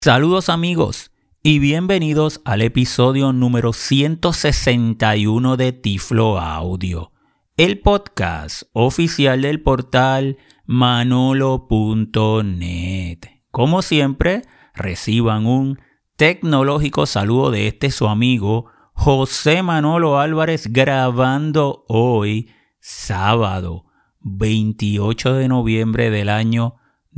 Saludos amigos y bienvenidos al episodio número 161 de Tiflo Audio, el podcast oficial del portal manolo.net. Como siempre, reciban un tecnológico saludo de su amigo José Manolo Álvarez, grabando hoy, sábado 28 de noviembre del año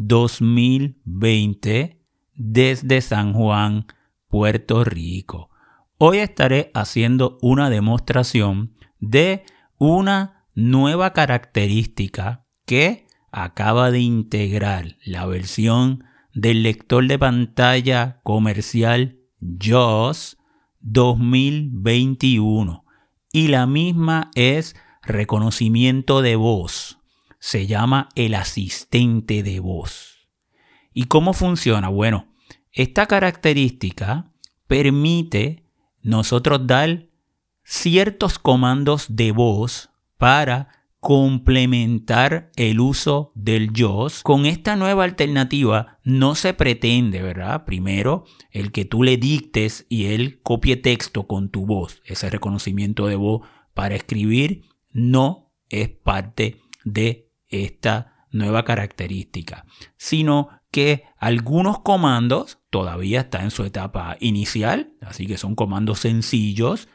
2020, desde San Juan, Puerto Rico. Hoy estaré haciendo una demostración de una nueva característica que acaba de integrar la versión del lector de pantalla comercial JAWS 2021, y la misma es reconocimiento de voz. Se llama el asistente de voz. ¿Y cómo funciona? Bueno, esta característica permite nosotros dar ciertos comandos de voz para complementar el uso del JAWS. Con esta nueva alternativa no se pretende, ¿verdad? Primero, el que tú le dictes y él copie texto con tu voz. Ese reconocimiento de voz para escribir no es parte de esta nueva característica, sino que algunos comandos todavía están en su etapa inicial, así que son comandos sencillos.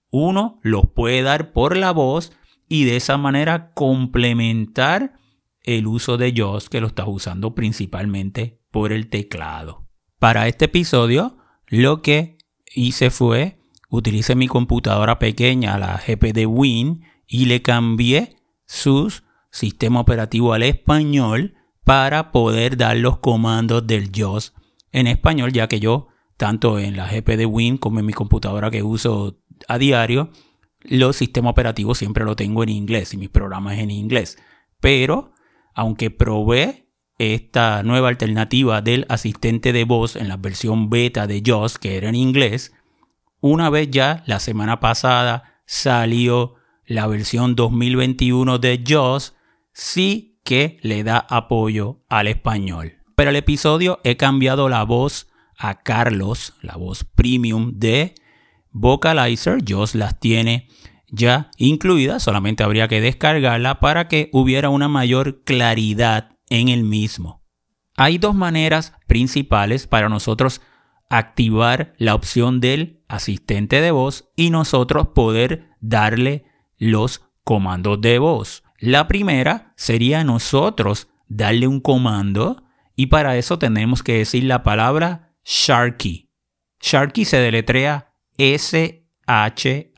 Uno los puede dar por la voz y de esa manera complementar el uso de JAWS, que lo estás usando principalmente por el teclado. Para este episodio, lo que hice fue utilicé mi computadora pequeña, la GPD Win, y le cambié su sistema operativo al español para poder dar los comandos del JAWS en español, ya que yo, tanto en la GPD Win como en mi computadora que uso a diario, los sistemas operativos siempre lo tengo en inglés y mis programas en inglés. Pero, aunque probé esta nueva alternativa del asistente de voz en la versión beta de JAWS, que era en inglés, una vez ya la semana pasada salió la versión 2021 de JAWS, sí que le da apoyo al español. Para el episodio he cambiado la voz a Carlos, la voz premium de Vocalizer. JAWS las tiene ya incluidas, solamente habría que descargarla para que hubiera una mayor claridad en el mismo. Hay dos maneras principales para nosotros activar la opción del asistente de voz y nosotros poder darle los comandos de voz. La primera sería nosotros darle un comando, y para eso tenemos que decir la palabra Sharky. Sharky se deletrea S-H-A-R-K-Y.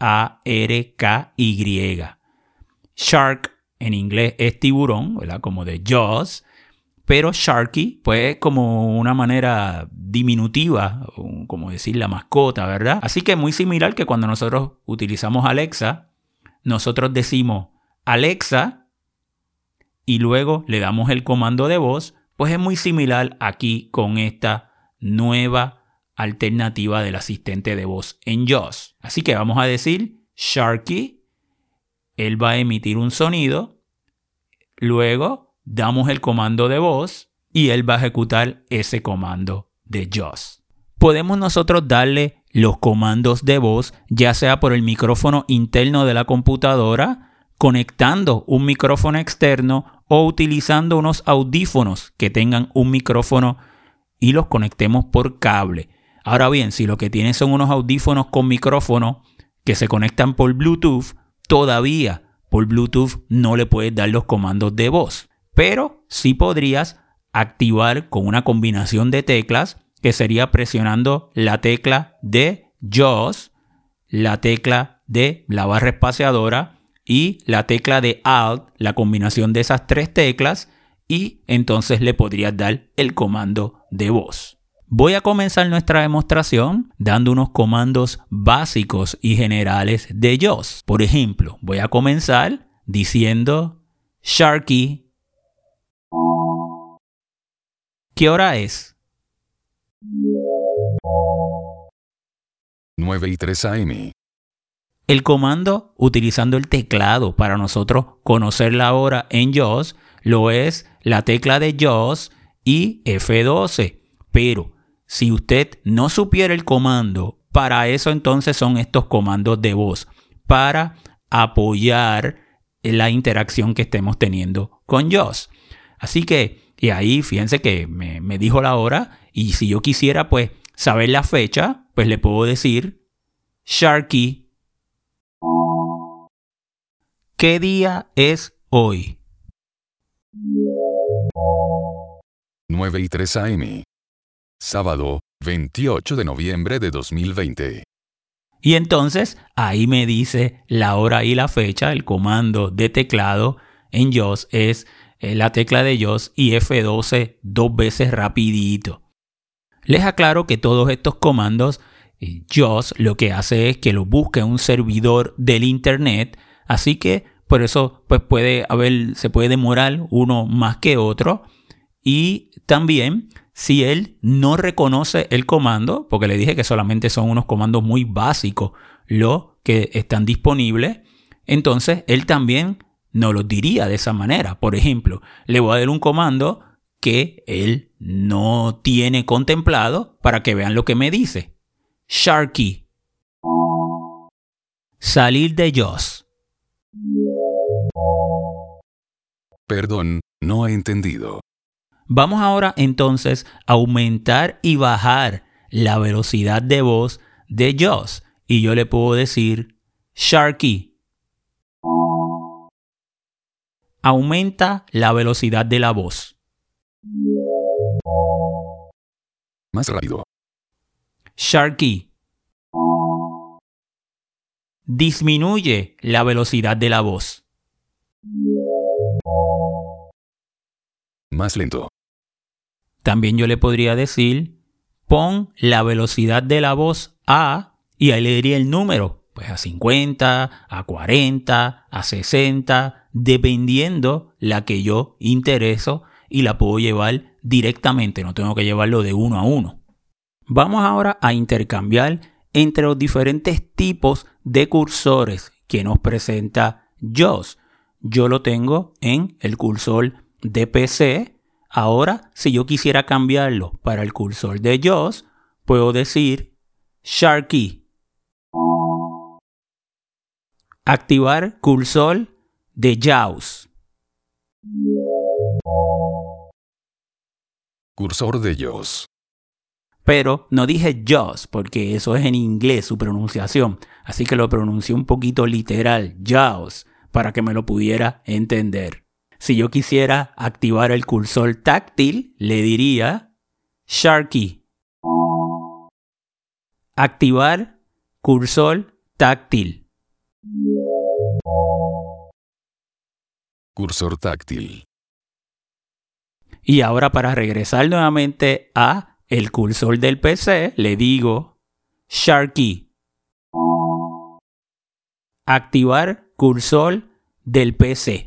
Shark en inglés es tiburón, ¿verdad? Como de Jaws, pero Sharky pues es como una manera diminutiva, como decir la mascota, ¿verdad? Así que muy similar que cuando nosotros utilizamos Alexa, nosotros decimos Alexa y luego le damos el comando de voz. Pues es muy similar aquí con esta nueva alternativa del asistente de voz en JAWS. Así que vamos a decir Sharky, él va a emitir un sonido, luego damos el comando de voz y él va a ejecutar ese comando de JAWS. Podemos nosotros darle los comandos de voz ya sea por el micrófono interno de la computadora, conectando un micrófono externo o utilizando unos audífonos que tengan un micrófono y los conectemos por cable. Ahora bien, si lo que tienes son unos audífonos con micrófono que se conectan por Bluetooth, todavía por Bluetooth no le puedes dar los comandos de voz, pero sí podrías activar con una combinación de teclas, que sería presionando la tecla de JAWS, la tecla de la barra espaciadora y la tecla de Alt, la combinación de esas tres teclas, y entonces le podrías dar el comando de voz. Voy a comenzar nuestra demostración dando unos comandos básicos y generales de JAWS. Por ejemplo, voy a comenzar diciendo Sharky. ¿Qué hora es? 9:03 AM. El comando utilizando el teclado para nosotros conocer la hora en JAWS lo es la tecla de JAWS y F12. Pero si usted no supiera el comando, para eso entonces son estos comandos de voz, para apoyar la interacción que estemos teniendo con JAWS. Así que, y ahí fíjense que me dijo la hora, y si yo quisiera pues saber la fecha, pues le puedo decir Sharky, ¿qué día es hoy? 9:03 AM. Sábado, 28 de noviembre de 2020. Y entonces ahí me dice la hora y la fecha. El comando de teclado en JAWS es la tecla de JAWS y F12 2 veces rapidito. Les aclaro que todos estos comandos JAWS lo que hace es que los busque en un servidor del internet, así que por eso pues se puede demorar uno más que otro. Y también si él no reconoce el comando, porque le dije que solamente son unos comandos muy básicos los que están disponibles, entonces él también no los diría de esa manera. Por ejemplo, le voy a dar un comando que él no tiene contemplado para que vean lo que me dice. Sharky. Salir de JAWS. Perdón, no he entendido. Vamos ahora entonces a aumentar y bajar la velocidad de voz de JAWS. Y yo le puedo decir Sharky. Aumenta la velocidad de la voz. Más rápido. Sharky. Disminuye la velocidad de la voz. Más lento. También yo le podría decir, pon la velocidad de la voz a, y ahí le diría el número, pues a 50, a 40, a 60, dependiendo la que yo intereso y la puedo llevar directamente, no tengo que llevarlo de uno a uno. Vamos ahora a intercambiar entre los diferentes tipos de cursores que nos presenta JAWS. Yo lo tengo en el cursor de PC. Ahora, si yo quisiera cambiarlo para el cursor de JAWS, puedo decir Sharky. Activar cursor de JAWS. Cursor de JAWS. Pero no dije JAWS porque eso es en inglés su pronunciación. Así que lo pronuncié un poquito literal, JAWS, para que me lo pudiera entender. Si yo quisiera activar el cursor táctil, le diría Sharky. Activar cursor táctil. Cursor táctil. Y ahora para regresar nuevamente a el cursor del PC, le digo Sharky. Activar cursor del PC.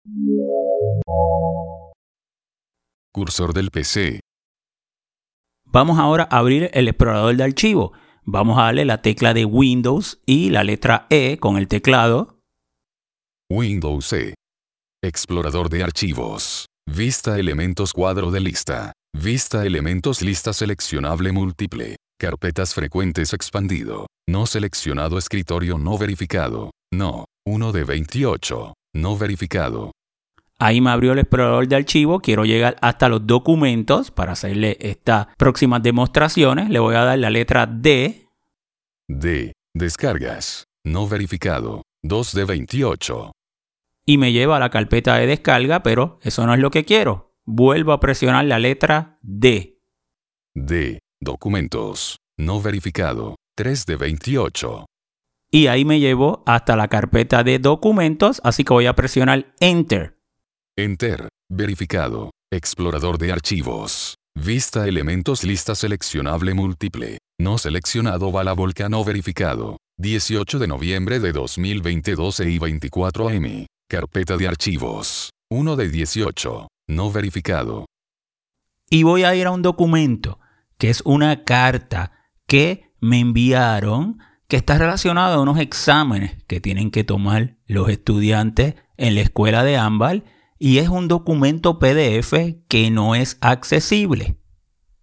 Cursor del PC. Vamos ahora a abrir el explorador de archivos. Vamos a darle la tecla de Windows y la letra E con el teclado. Windows E. Explorador de archivos. Vista elementos cuadro de lista. Vista elementos lista seleccionable múltiple. Carpetas frecuentes expandido. No seleccionado escritorio no verificado. No. 1 de 28. No verificado. Ahí me abrió el explorador de archivos. Quiero llegar hasta los documentos para hacerle estas próximas demostraciones. Le voy a dar la letra D. D. Descargas. No verificado. 2 de 28. Y me lleva a la carpeta de descarga, pero eso no es lo que quiero. Vuelvo a presionar la letra D. D. Documentos. No verificado. 3 de 28. Y ahí me llevó hasta la carpeta de documentos, así que voy a presionar Enter. Enter. Verificado. Explorador de archivos. Vista elementos lista seleccionable múltiple. No seleccionado bala volcán no verificado. 18 de noviembre de 2020 12:24 AM. Carpeta de archivos. 1 de 18. No verificado. Y voy a ir a un documento, que es una carta que me enviaron, que está relacionada a unos exámenes que tienen que tomar los estudiantes en la escuela de AMBAL, y es un documento PDF que no es accesible.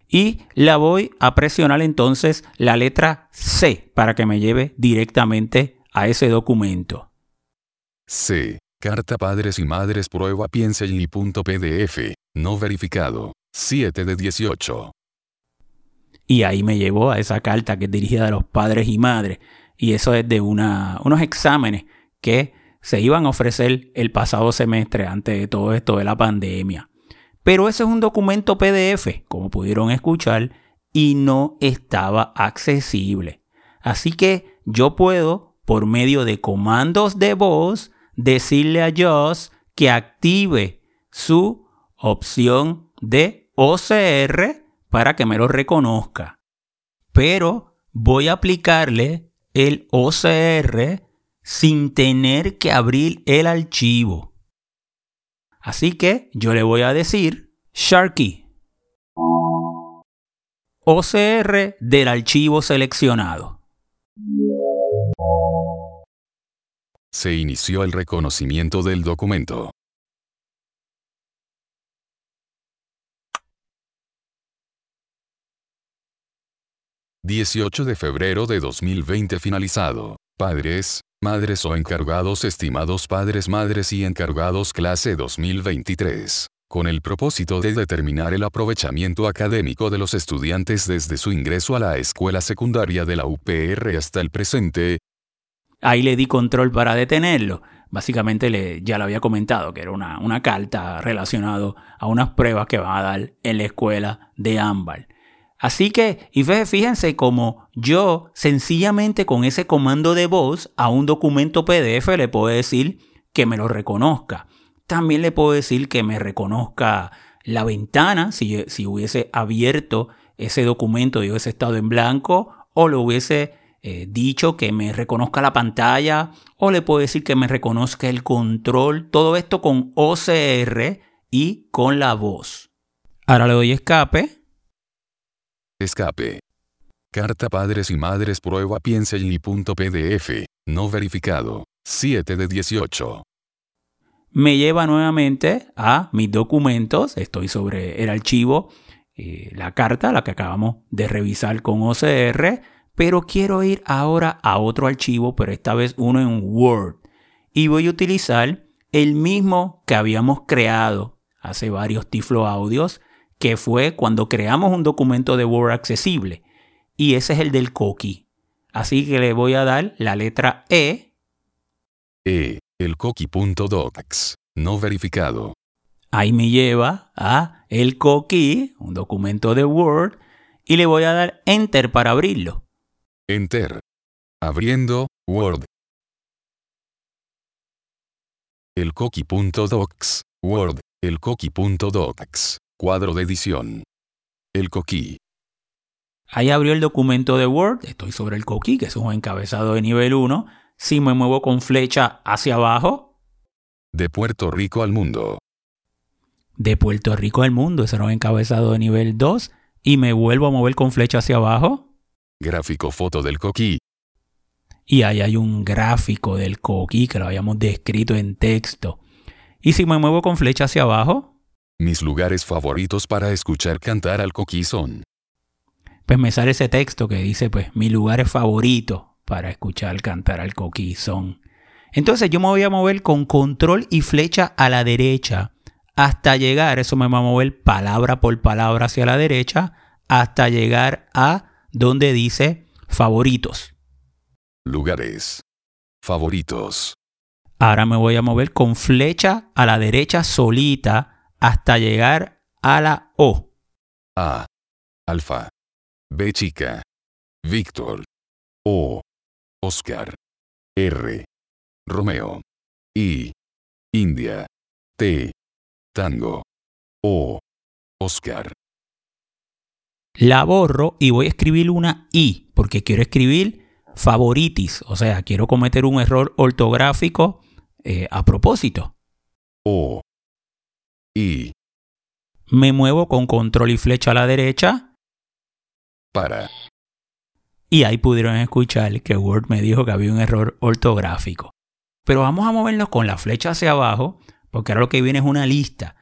y la voy a presionar entonces la letra C para que me lleve directamente a ese documento. C. Carta Padres y Madres Prueba Pienselli.pdf. No verificado. 7 de 18. Y ahí me llevó a esa carta que es dirigida a los padres y madres. Y eso es de unos exámenes que se iban a ofrecer el pasado semestre antes de todo esto de la pandemia. Pero ese es un documento PDF, como pudieron escuchar, y no estaba accesible. Así que yo puedo, por medio de comandos de voz, decirle a JAWS que active su opción de OCR para que me lo reconozca. Pero voy a aplicarle el OCR sin tener que abrir el archivo. Así que yo le voy a decir Sharky OCR del archivo seleccionado. Se inició el reconocimiento del documento. ...18 de febrero de 2020 finalizado. Padres, madres o encargados estimados padres, madres y encargados clase 2023. Con el propósito de determinar el aprovechamiento académico de los estudiantes desde su ingreso a la escuela secundaria de la UPR hasta el presente. Ahí le di control para detenerlo. Básicamente ya lo había comentado que era una carta relacionada a unas pruebas que van a dar en la escuela de Ámbar. Así que, y fíjense cómo yo sencillamente con ese comando de voz a un documento PDF le puedo decir que me lo reconozca. También le puedo decir que me reconozca la ventana si hubiese abierto ese documento y hubiese estado en blanco, o le hubiese dicho que me reconozca la pantalla, o le puedo decir que me reconozca el control. Todo esto con OCR y con la voz. Ahora le doy escape. Escape. Carta Padres y Madres Prueba Pienselli.pdf. No verificado. 7 de 18. Me lleva nuevamente a mis documentos. Estoy sobre el archivo, la carta, la que acabamos de revisar con OCR. Pero quiero ir ahora a otro archivo, pero esta vez uno en Word. Y voy a utilizar el mismo que habíamos creado hace varios Tiflo Audios, que fue cuando creamos un documento de Word accesible. Y ese es el del Coqui. Así que le voy a dar la letra E. El Coqui.docs. No verificado. Ahí me lleva a el Coqui, un documento de Word, y le voy a dar Enter para abrirlo. Enter. Abriendo, Word. El Coqui.docs. Word. El Coqui.docs. Cuadro de edición. El Coqui. Ahí abrió el documento de Word. Estoy sobre el Coqui, que es un encabezado de nivel 1. Si me muevo con flecha hacia abajo. De Puerto Rico al mundo. De Puerto Rico al mundo. Ese era un encabezado de nivel 2. Y me vuelvo a mover con flecha hacia abajo. Gráfico foto del Coqui. Y ahí hay un gráfico del Coqui que lo habíamos descrito en texto. Y si me muevo con flecha hacia abajo. Mis lugares favoritos para escuchar cantar al Coqui son. Pues me sale ese texto que dice, pues, mis lugares favoritos para escuchar cantar al Coqui son. Entonces yo me voy a mover con control y flecha a la derecha hasta llegar, eso me va a mover palabra por palabra hacia la derecha, hasta llegar a donde dice favoritos. Lugares favoritos. Ahora me voy a mover con flecha a la derecha solita hasta llegar a la O. A. Alfa. B chica. Víctor. O. Oscar. R. Romeo. I. India. T. Tango. O. Oscar. La borro y voy a escribir una I porque quiero escribir favoritis. O sea, quiero cometer un error ortográfico a propósito. O. I. Me muevo con control y flecha a la derecha. Para. Y ahí pudieron escuchar que Word me dijo que había un error ortográfico. Pero vamos a movernos con la flecha hacia abajo, porque ahora lo que viene es una lista.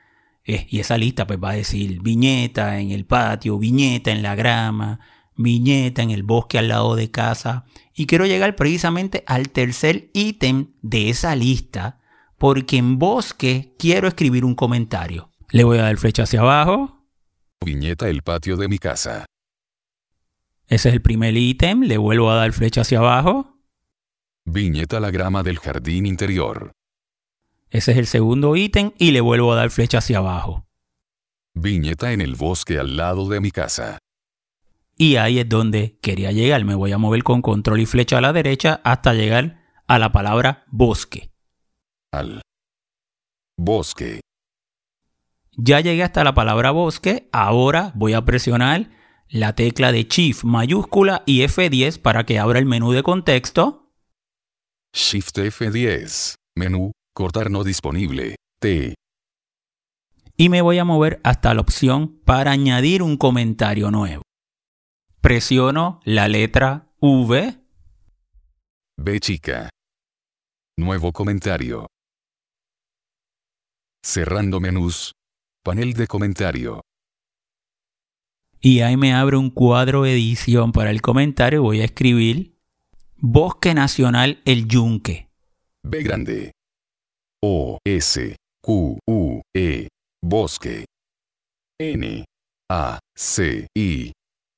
Y esa lista pues va a decir viñeta en el patio, viñeta en la grama, viñeta en el bosque al lado de casa. Y quiero llegar precisamente al tercer ítem de esa lista, porque en bosque quiero escribir un comentario. Le voy a dar flecha hacia abajo. Viñeta el patio de mi casa. Ese es el primer ítem. Le vuelvo a dar flecha hacia abajo. Viñeta la grama del jardín interior. Ese es el segundo ítem y le vuelvo a dar flecha hacia abajo. Viñeta en el bosque al lado de mi casa. Y ahí es donde quería llegar. Me voy a mover con control y flecha a la derecha hasta llegar a la palabra bosque. Al bosque. Ya llegué hasta la palabra bosque. Ahora voy a presionar la tecla de Shift mayúscula y F10 para que abra el menú de contexto. Shift F10. Menú. Cortar no disponible. T. Y me voy a mover hasta la opción para añadir un comentario nuevo. Presiono la letra V. B chica. Nuevo comentario. Cerrando menús. Panel de comentario. Y ahí me abre un cuadro de edición para el comentario. Voy a escribir Bosque Nacional El Yunque. B grande. O S Q U E. Bosque. N A C I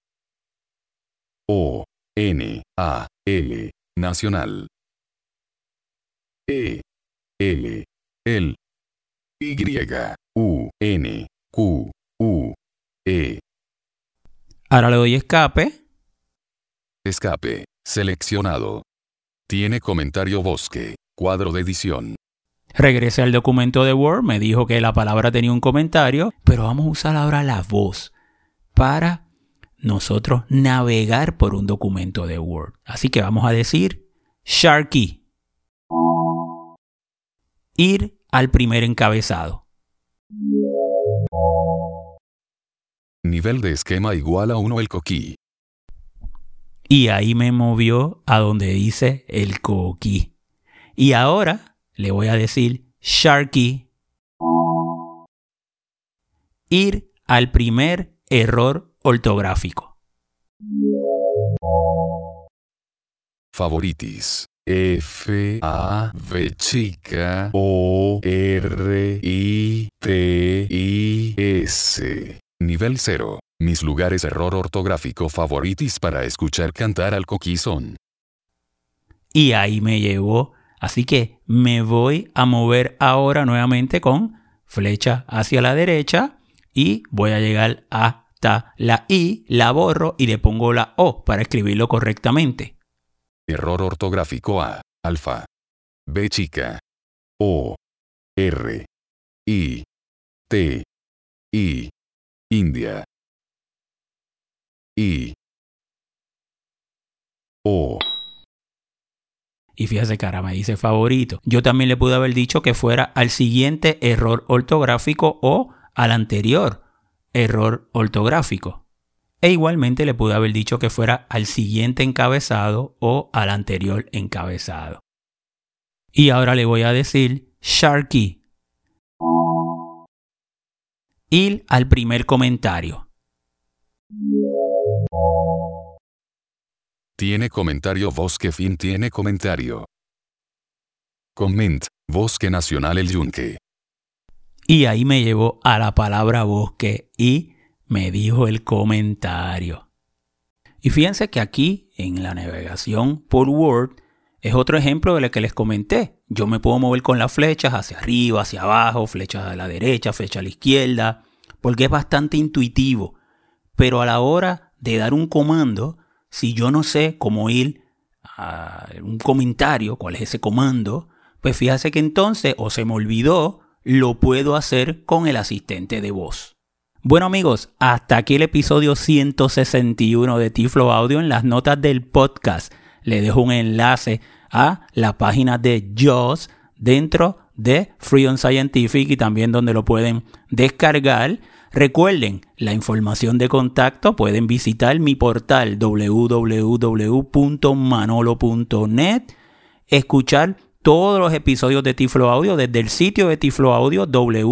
O N A L. Nacional. E L el Y U N Q U E. Ahora le doy escape. Escape. Seleccionado. Tiene comentario bosque. Cuadro de edición. Regresé al documento de Word. Me dijo que la palabra tenía un comentario. Pero vamos a usar ahora la voz para nosotros navegar por un documento de Word. Así que vamos a decir Sharky. Ir al primer encabezado. Nivel de esquema igual a 1 el coquí. Y ahí me movió a donde dice el coquí. Y ahora le voy a decir Sharky. Ir al primer error ortográfico. Favoritis. F A V chica O R I T I S. Nivel 0. Mis lugares error ortográfico favoritis para escuchar cantar al coquí son. Y ahí me llevó. Así que me voy a mover ahora nuevamente con flecha hacia la derecha y voy a llegar hasta la I, la borro y le pongo la O para escribirlo correctamente. Error ortográfico A. Alfa. B chica. O. R. I. T. I. India. I. O. Y fíjese que ahora me dice favorito. Yo también le pude haber dicho que fuera al siguiente error ortográfico o al anterior error ortográfico. E igualmente le pude haber dicho que fuera al siguiente encabezado o al anterior encabezado. Y ahora le voy a decir Sharky. Ir al primer comentario. Tiene comentario bosque fin tiene comentario. Comment. Bosque Nacional El Yunque. Y ahí me llevó a la palabra bosque y me dijo el comentario. Y fíjense que aquí en la navegación por Word es otro ejemplo de lo que les comenté. Yo me puedo mover con las flechas hacia arriba, hacia abajo, flechas a la derecha, flecha a la izquierda, porque es bastante intuitivo. Pero a la hora de dar un comando, si yo no sé cómo ir a un comentario, cuál es ese comando, pues fíjate que entonces o se me olvidó, lo puedo hacer con el asistente de voz. Bueno amigos, hasta aquí el episodio 161 de Tiflo Audio. En las notas del podcast le dejo un enlace a la página de JAWS dentro de Freedom Scientific y también donde lo pueden descargar. Recuerden, la información de contacto pueden visitar mi portal www.manolo.net, escuchar todos los episodios de Tiflo Audio desde el sitio de Tiflo Audio,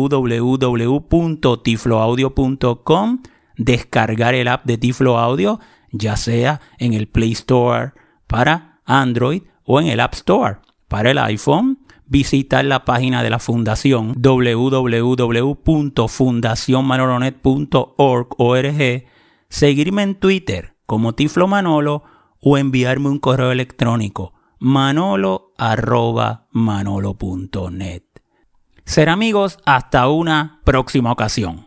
www.tifloaudio.com, descargar el app de Tiflo Audio, ya sea en el Play Store para Android o en el App Store para el iPhone, visitar la página de la fundación www.fundacionmanolonet.org, seguirme en Twitter como Tiflo Manolo o enviarme un correo electrónico manolo@manolo.net. Ser amigos, hasta una próxima ocasión.